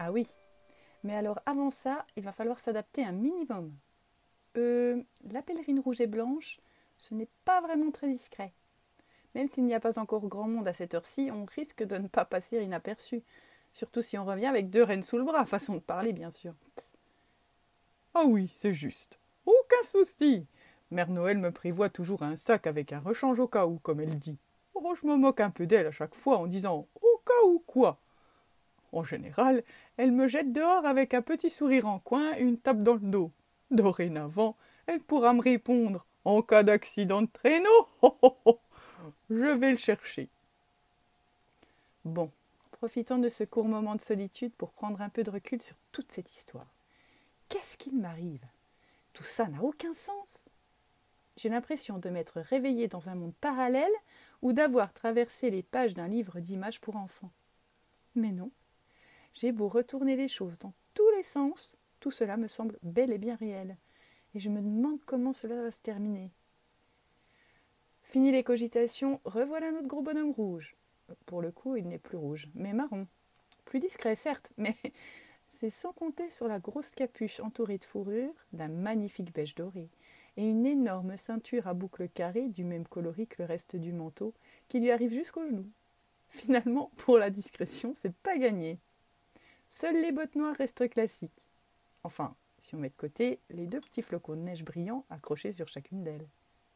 Ah oui, mais alors avant ça, il va falloir s'adapter un minimum. La pèlerine rouge et blanche, ce n'est pas vraiment très discret. Même s'il n'y a pas encore grand monde à cette heure-ci, on risque de ne pas passer inaperçu. Surtout si on revient avec 2 rennes sous le bras, façon de parler bien sûr. Ah oui, c'est juste. Aucun souci. Mère Noël me prévoit toujours un sac avec un rechange au cas où, comme elle dit. Oh, je me moque un peu d'elle à chaque fois en disant au cas où quoi. En général, elle me jette dehors avec un petit sourire en coin et une tape dans le dos. Dorénavant, elle pourra me répondre en cas d'accident de traîneau. Oh, oh, oh. Je vais le chercher. Bon, profitons de ce court moment de solitude pour prendre un peu de recul sur toute cette histoire. Qu'est-ce qu'il m'arrive? Tout ça n'a aucun sens. J'ai l'impression de m'être réveillée dans un monde parallèle ou d'avoir traversé les pages d'un livre d'images pour enfants. Mais non, j'ai beau retourner les choses dans tous les sens, tout cela me semble bel et bien réel. Et je me demande comment cela va se terminer. Fini les cogitations, revoilà notre gros bonhomme rouge. Pour le coup, il n'est plus rouge, mais marron. Plus discret, certes, mais c'est sans compter sur la grosse capuche entourée de fourrure, d'un magnifique beige doré, et une énorme ceinture à boucles carrées du même coloris que le reste du manteau, qui lui arrive jusqu'aux genoux. Finalement, pour la discrétion, c'est pas gagné. Seules les bottes noires restent classiques. Enfin, si on met de côté les 2 petits flocons de neige brillants accrochés sur chacune d'elles.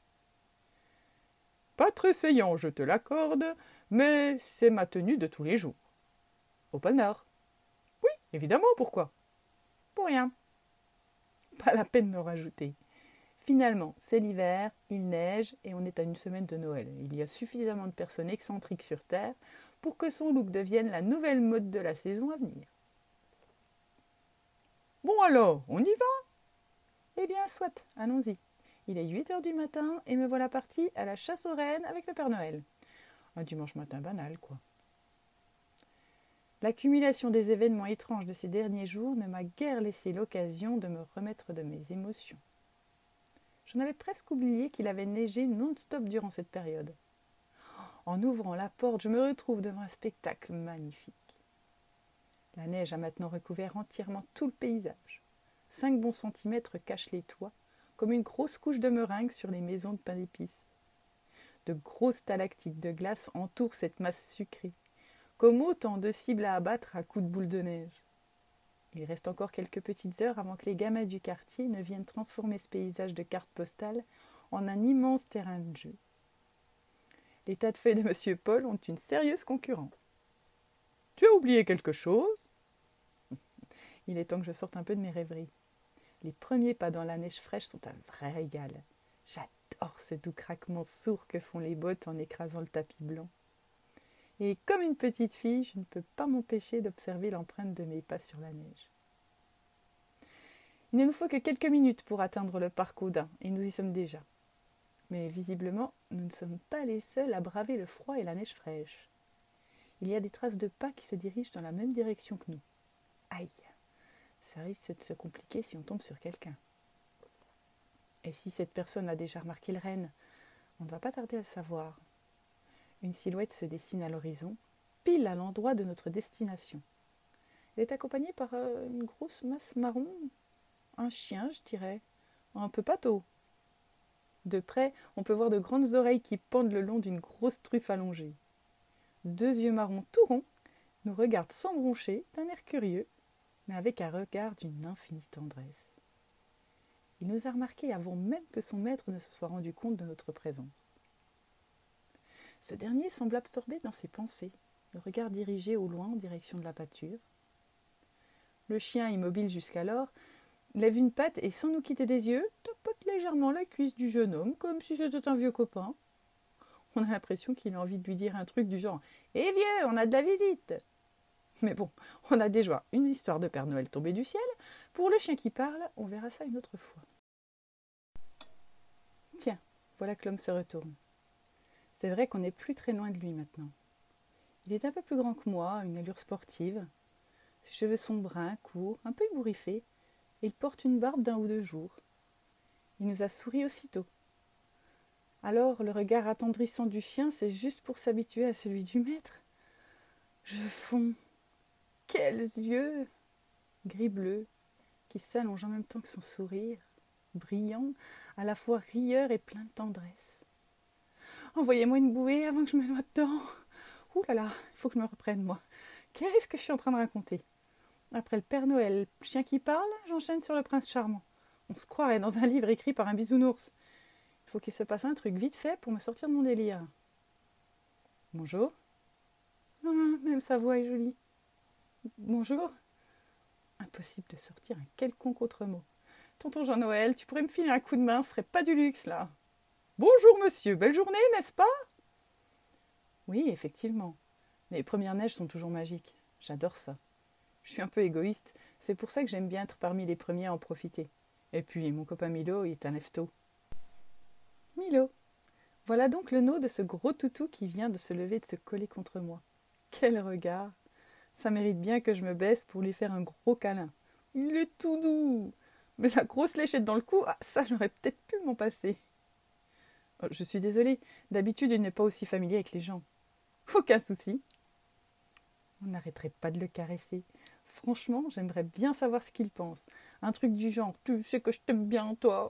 Pas très saillant, je te l'accorde, mais c'est ma tenue de tous les jours. Au pôle Nord. Oui, évidemment, pourquoi? Pour rien. Pas la peine de rajouter. Finalement, c'est l'hiver, il neige et on est à une semaine de Noël. Il y a suffisamment de personnes excentriques sur Terre pour que son look devienne la nouvelle mode de la saison à venir. Bon alors, on y va? Eh bien, soit, allons-y. Il est 8 heures du matin et me voilà partie à la chasse aux rennes avec le Père Noël. Un dimanche matin banal, quoi. L'accumulation des événements étranges de ces derniers jours ne m'a guère laissé l'occasion de me remettre de mes émotions. J'en avais presque oublié qu'il avait neigé non-stop durant cette période. En ouvrant la porte, je me retrouve devant un spectacle magnifique. La neige a maintenant recouvert entièrement tout le paysage. 5 bons centimètres cachent les toits, comme une grosse couche de meringue sur les maisons de pain d'épices. De grosses stalactites de glace entourent cette masse sucrée, comme autant de cibles à abattre à coups de boules de neige. Il reste encore quelques petites heures avant que les gamins du quartier ne viennent transformer ce paysage de cartes postales en un immense terrain de jeu. Les tas de feuilles de Monsieur Paul ont une sérieuse concurrence. Tu as oublié quelque chose? Il est temps que je sorte un peu de mes rêveries. Les premiers pas dans la neige fraîche sont un vrai régal. J'adore ce doux craquement sourd que font les bottes en écrasant le tapis blanc. Et comme une petite fille, je ne peux pas m'empêcher d'observer l'empreinte de mes pas sur la neige. Il ne nous faut que quelques minutes pour atteindre le parc Audin, et nous y sommes déjà. Mais visiblement, nous ne sommes pas les seuls à braver le froid et la neige fraîche. Il y a des traces de pas qui se dirigent dans la même direction que nous. Aïe, ça risque de se compliquer si on tombe sur quelqu'un. Et si cette personne a déjà remarqué le renne, on ne va pas tarder à le savoir. Une silhouette se dessine à l'horizon, pile à l'endroit de notre destination. Elle est accompagnée par une grosse masse marron, un chien, je dirais, un peu pâteau. De près, on peut voir de grandes oreilles qui pendent le long d'une grosse truffe allongée. 2 yeux marrons tout ronds nous regardent sans broncher, d'un air curieux, mais avec un regard d'une infinie tendresse. Il nous a remarqués avant même que son maître ne se soit rendu compte de notre présence. Ce dernier semble absorbé dans ses pensées, le regard dirigé au loin en direction de la pâture. Le chien, immobile jusqu'alors, lève une patte et, sans nous quitter des yeux, tapote légèrement la cuisse du jeune homme, comme si c'était un vieux copain. On a l'impression qu'il a envie de lui dire un truc du genre « Eh vieux, on a de la visite !» Mais bon, on a déjà une histoire de Père Noël tombée du ciel. Pour le chien qui parle, on verra ça une autre fois. Tiens, voilà que l'homme se retourne. C'est vrai qu'on n'est plus très loin de lui maintenant. Il est un peu plus grand que moi, une allure sportive. Ses cheveux sont bruns, courts, un peu ébouriffés, et il porte une barbe d'1 ou 2 jours. Il nous a souri aussitôt. Alors, le regard attendrissant du chien, c'est juste pour s'habituer à celui du maître. Je fonds. Quels yeux! gris-bleu, qui s'allonge en même temps que son sourire, brillant, à la fois rieur et plein de tendresse. Envoyez-moi une bouée avant que je me noie dedans. Ouh là là, il faut que je me reprenne, moi. Qu'est-ce que je suis en train de raconter? Après le Père Noël, le chien qui parle, j'enchaîne sur le prince charmant. On se croirait dans un livre écrit par un bisounours. Il faut qu'il se passe un truc vite fait pour me sortir de mon délire. Bonjour. Ah, même sa voix est jolie. Bonjour. Impossible de sortir un quelconque autre mot. Tonton Jean-Noël, tu pourrais me filer un coup de main, ce serait pas du luxe, là. Bonjour, monsieur, belle journée, n'est-ce pas? Oui, effectivement. Les premières neiges sont toujours magiques. J'adore ça. Je suis un peu égoïste, c'est pour ça que j'aime bien être parmi les premiers à en profiter. Et puis, mon copain Milo est un lève-tôt. Milo. Voilà donc le nom de ce gros toutou qui vient de se lever et de se coller contre moi. Quel regard! Ça mérite bien que je me baisse pour lui faire un gros câlin. Il est tout doux! Mais la grosse léchette dans le cou, ça j'aurais peut-être pu m'en passer. Oh, je suis désolée, d'habitude il n'est pas aussi familier avec les gens. Aucun souci. On n'arrêterait pas de le caresser. Franchement, j'aimerais bien savoir ce qu'il pense. Un truc du genre, tu sais que je t'aime bien, toi.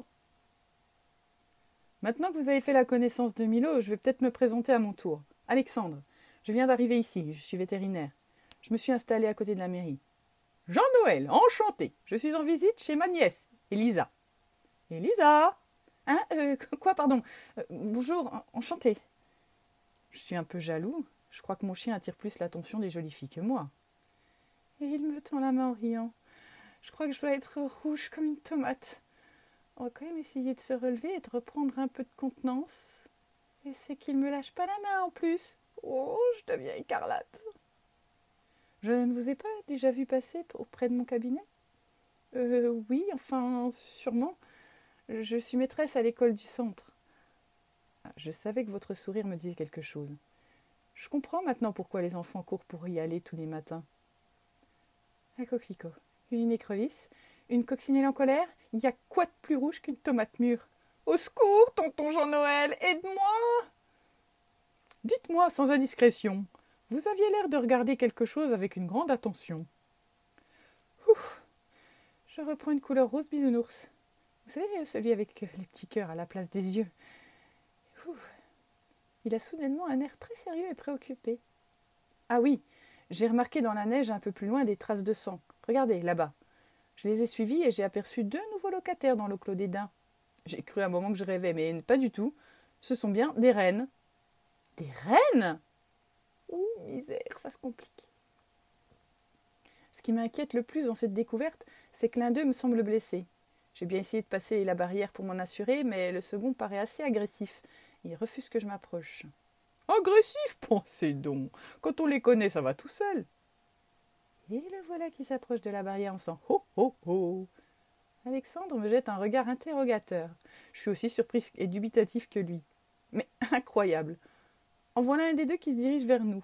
Maintenant que vous avez fait la connaissance de Milo, je vais peut-être me présenter à mon tour. Alexandre, je viens d'arriver ici, je suis vétérinaire. Je me suis installée à côté de la mairie. Jean-Noël, enchanté. Je suis en visite chez ma nièce, Elisa. Elisa? Hein? Quoi, pardon? Bonjour, enchanté. Je suis un peu jaloux. Je crois que mon chien attire plus l'attention des jolies filles que moi. Et il me tend la main en riant. Je crois que je dois être rouge comme une tomate. On va quand même essayer de se relever et de reprendre un peu de contenance. Et c'est qu'il me lâche pas la main en plus. Oh, je deviens écarlate. Je ne vous ai pas déjà vu passer auprès de mon cabinet? Oui, enfin, sûrement. Je suis maîtresse à l'école du centre. Je savais que votre sourire me disait quelque chose. Je comprends maintenant pourquoi les enfants courent pour y aller tous les matins. Un coquelicot, une écrevisse, une coccinelle en colère, il y a quoi de plus rouge qu'une tomate mûre? Au secours, tonton Jean-Noël, aide-moi! Dites-moi sans indiscrétion, vous aviez l'air de regarder quelque chose avec une grande attention. Ouf, je reprends une couleur rose bisounours. Vous savez, celui avec les petits cœurs à la place des yeux. Ouf. Il a soudainement un air très sérieux et préoccupé. Ah oui, j'ai remarqué dans la neige un peu plus loin des traces de sang. Regardez, là-bas. Je les ai suivies et j'ai aperçu 2 nouveaux locataires dans le clos des Daims. J'ai cru un moment que je rêvais, mais pas du tout. Ce sont bien des rennes. Des rennes? Ouh, misère, ça se complique. Ce qui m'inquiète le plus dans cette découverte, c'est que l'un d'eux me semble blessé. J'ai bien essayé de passer la barrière pour m'en assurer, mais le second paraît assez agressif. Il refuse que je m'approche. Agressif, pensez donc. Quand on les connaît, ça va tout seul. Et le voilà qui s'approche de la barrière en faisant « Ho, ho, ho !» Alexandre me jette un regard interrogateur. Je suis aussi surprise et dubitatif que lui. Mais incroyable. En voilà un des deux qui se dirige vers nous.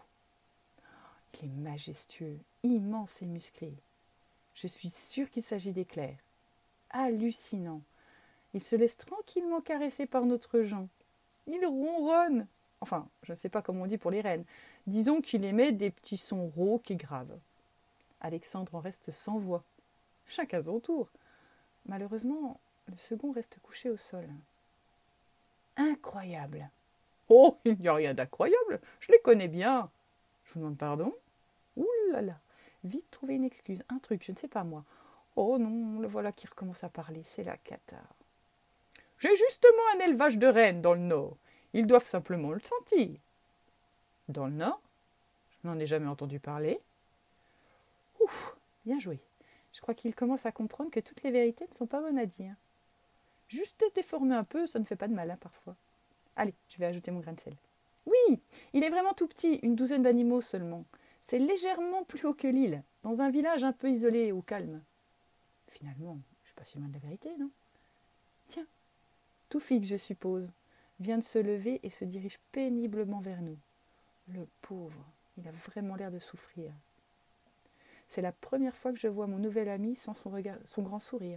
Il est majestueux, immense et musclé. Je suis sûre qu'il s'agit d'Éclair. Hallucinant. Il se laisse tranquillement caresser par notre Jean. Il ronronne. Enfin, je ne sais pas comment on dit pour les rennes. Disons qu'il émet des petits sons rauques et graves. Alexandre en reste sans voix. Chacun son tour. Malheureusement, le second reste couché au sol. Incroyable. Oh, il n'y a rien d'incroyable. Je les connais bien. Je vous demande pardon? Ouh là là. Vite trouver une excuse, un truc, je ne sais pas moi. Oh non, le voilà qui recommence à parler, c'est la cata. J'ai justement un élevage de rennes dans le Nord. Ils doivent simplement le sentir. Dans le Nord? Je n'en ai jamais entendu parler. Ouf, bien joué. Je crois qu'il commence à comprendre que toutes les vérités ne sont pas bonnes à dire. Juste déformer un peu, ça ne fait pas de mal, parfois. Allez, je vais ajouter mon grain de sel. Oui, il est vraiment tout petit, une douzaine d'animaux seulement. C'est légèrement plus haut que l'île, dans un village un peu isolé au calme. Finalement, je suis pas si loin de la vérité, non? Tiens, Toufik, je suppose, vient de se lever et se dirige péniblement vers nous. Le pauvre, il a vraiment l'air de souffrir. C'est la première fois que je vois mon nouvel ami sans son grand sourire.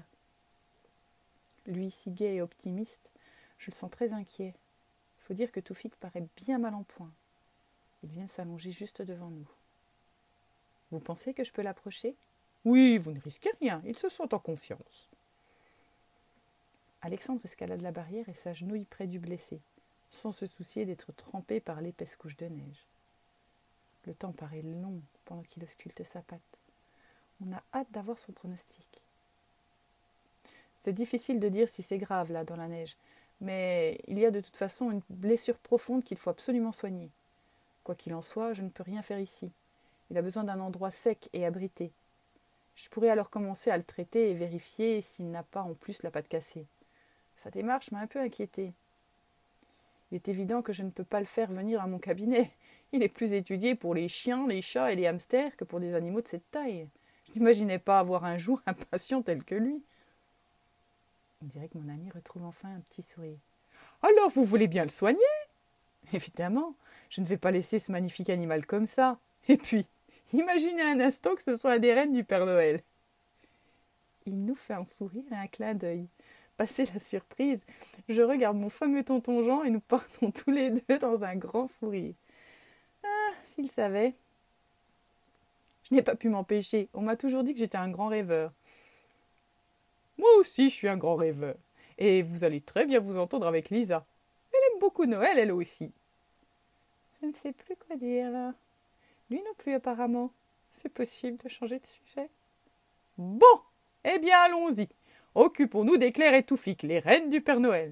Lui, si gai et optimiste, je le sens très inquiet. Il faut dire que Toufik paraît bien mal en point. Il vient s'allonger juste devant nous. Vous pensez que je peux l'approcher? Oui, vous ne risquez rien, ils se sentent en confiance. Alexandre escalade la barrière et s'agenouille près du blessé, sans se soucier d'être trempé par l'épaisse couche de neige. Le temps paraît long pendant qu'il ausculte sa patte. On a hâte d'avoir son pronostic. C'est difficile de dire si c'est grave, là, dans la neige, mais il y a de toute façon une blessure profonde qu'il faut absolument soigner. Quoi qu'il en soit, je ne peux rien faire ici. Il a besoin d'un endroit sec et abrité. Je pourrais alors commencer à le traiter et vérifier s'il n'a pas en plus la patte cassée. Sa démarche m'a un peu inquiétée. Il est évident que je ne peux pas le faire venir à mon cabinet. Il est plus étudié pour les chiens, les chats et les hamsters que pour des animaux de cette taille. Je n'imaginais pas avoir un jour un patient tel que lui. On dirait que mon ami retrouve enfin un petit sourire. Alors, vous voulez bien le soigner? Évidemment, je ne vais pas laisser ce magnifique animal comme ça. Et puis, imaginez un instant que ce soit un des rennes du Père Noël. Il nous fait un sourire et un clin d'œil. Passé la surprise, je regarde mon fameux tonton Jean et nous partons tous les deux dans un grand fou rire. Ah, s'il savait. Je n'ai pas pu m'empêcher. On m'a toujours dit que j'étais un grand rêveur. Moi aussi, je suis un grand rêveur. Et vous allez très bien vous entendre avec Lisa. Elle aime beaucoup Noël, elle aussi. Je ne sais plus quoi dire, là. Lui non plus, apparemment. C'est possible de changer de sujet? Bon, eh bien, allons-y. Occupons-nous d'Éclair et Toufik, les reines du Père Noël.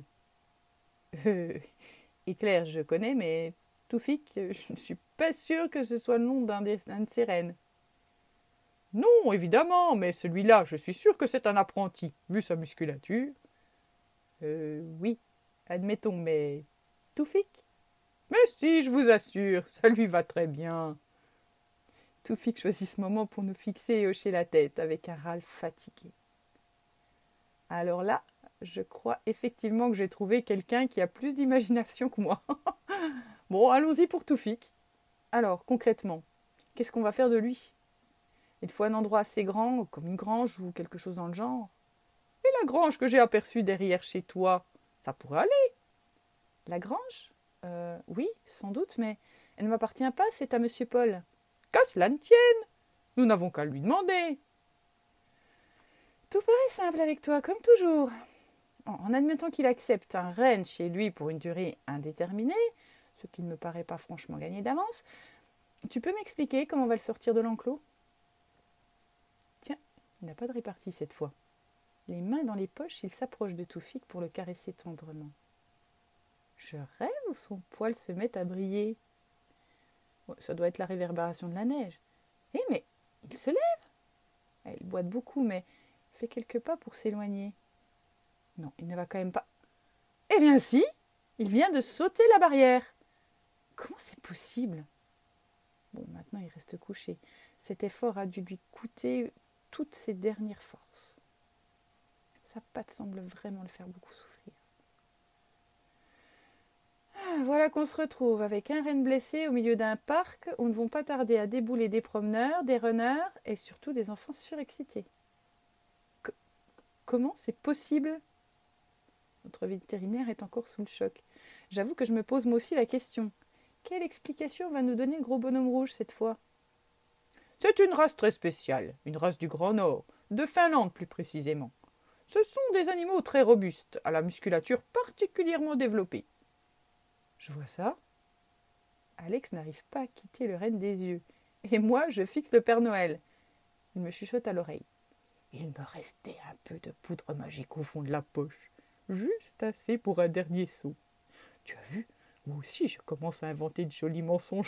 Éclair, je connais, mais Toufik, je ne suis pas sûre que ce soit le nom d'un de ces reines. Non, évidemment, mais celui-là, je suis sûre que c'est un apprenti, vu sa musculature. Oui, admettons, mais Toufik? Mais si, je vous assure, ça lui va très bien. Toufik choisit ce moment pour nous fixer et hocher la tête avec un râle fatigué. Alors là, je crois effectivement que j'ai trouvé quelqu'un qui a plus d'imagination que moi. Bon, allons-y pour Toufik. Alors, concrètement, qu'est-ce qu'on va faire de lui? Il faut un endroit assez grand, comme une grange ou quelque chose dans le genre. Et la grange que j'ai aperçue derrière chez toi, ça pourrait aller. La grange? Oui, sans doute, mais elle ne m'appartient pas, c'est à Monsieur Paul. Qu'à cela ne tienne, nous n'avons qu'à lui demander. Tout paraît simple avec toi, comme toujours. En admettant qu'il accepte un renne chez lui pour une durée indéterminée, ce qui ne me paraît pas franchement gagné d'avance, tu peux m'expliquer comment on va le sortir de l'enclos? Tiens, il n'a pas de répartie cette fois. Les mains dans les poches, il s'approche de Toufik pour le caresser tendrement. Je rêve ou son poil se met à briller? Bon, ça doit être la réverbération de la neige. Eh, mais il se lève! Il boite beaucoup, mais il fait quelques pas pour s'éloigner. Non, il ne va quand même pas. Eh bien si! Il vient de sauter la barrière! Comment c'est possible? Bon, maintenant il reste couché. Cet effort a dû lui coûter toutes ses dernières forces. Sa patte semble vraiment le faire beaucoup souffrir. Voilà qu'on se retrouve avec un renne blessé au milieu d'un parc où ne vont pas tarder à débouler des promeneurs, des runners et surtout des enfants surexcités. Comment c'est possible? Notre vétérinaire est encore sous le choc. J'avoue que je me pose moi aussi la question. Quelle explication va nous donner le gros bonhomme rouge cette fois? C'est une race très spéciale, une race du Grand Nord, de Finlande plus précisément. Ce sont des animaux très robustes, à la musculature particulièrement développée. Je vois ça. Alex n'arrive pas à quitter le renne des yeux. Et moi, je fixe le Père Noël. Il me chuchote à l'oreille. Il me restait un peu de poudre magique au fond de la poche. Juste assez pour un dernier saut. Tu as vu? Moi aussi, je commence à inventer de jolis mensonges.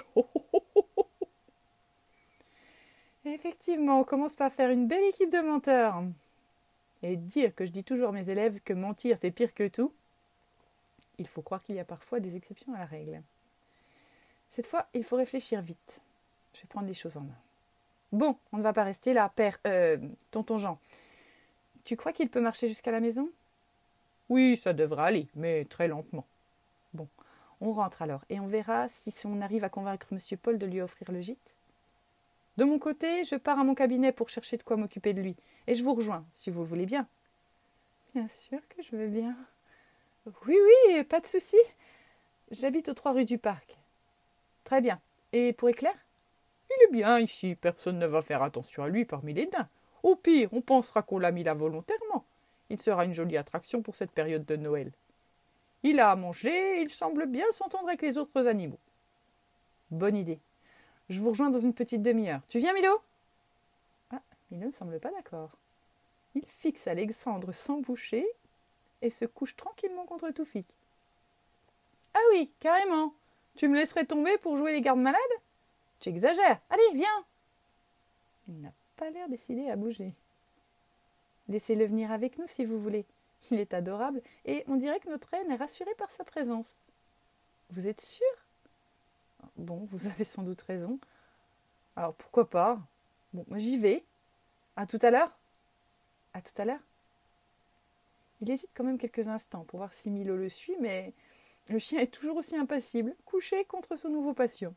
Effectivement, on commence par faire une belle équipe de menteurs. Et dire que je dis toujours à mes élèves que mentir, c'est pire que tout, il faut croire qu'il y a parfois des exceptions à la règle. Cette fois, il faut réfléchir vite. Je vais prendre les choses en main. Bon, on ne va pas rester là, tonton Jean. Tu crois qu'il peut marcher jusqu'à la maison? Oui, ça devrait aller, mais très lentement. Bon, on rentre alors et on verra si on arrive à convaincre Monsieur Paul de lui offrir le gîte. De mon côté, je pars à mon cabinet pour chercher de quoi m'occuper de lui. Et je vous rejoins, si vous le voulez bien. Bien sûr que je veux bien. Oui, oui, pas de souci. J'habite aux 3 rues du Parc. Très bien. Et pour Éclair? Il est bien ici, personne ne va faire attention à lui parmi les nains. Au pire, on pensera qu'on l'a mis là volontairement. Il sera une jolie attraction pour cette période de Noël. Il a à manger et il semble bien s'entendre avec les autres animaux. Bonne idée. Je vous rejoins dans une petite demi-heure. Tu viens, Milo? Ah, Milo ne semble pas d'accord. Il fixe Alexandre sans boucher et se couche tranquillement contre Toufik. Ah oui, carrément. Tu me laisserais tomber pour jouer les gardes malades? Tu exagères. Allez, viens. Il n'a pas l'air décidé à bouger. Laissez-le venir avec nous si vous voulez. Il est adorable et on dirait que notre reine est rassurée par sa présence. Vous êtes sûr? Bon, vous avez sans doute raison. Alors pourquoi pas? Bon, moi j'y vais. À tout à l'heure? À tout à l'heure? Il hésite quand même quelques instants pour voir si Milo le suit, mais le chien est toujours aussi impassible, couché contre son nouveau patient.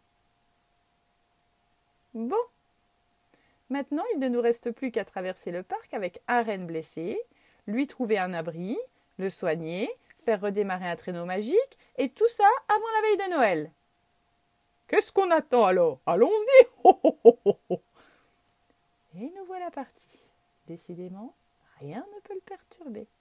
Bon. Maintenant, il ne nous reste plus qu'à traverser le parc avec un renne blessé, lui trouver un abri, le soigner, faire redémarrer un traîneau magique, et tout ça avant la veille de Noël. Qu'est-ce qu'on attend alors? Allons-y! Ho, ho, ho, ho, ho. Et nous voilà partis. Décidément, rien ne peut le perturber.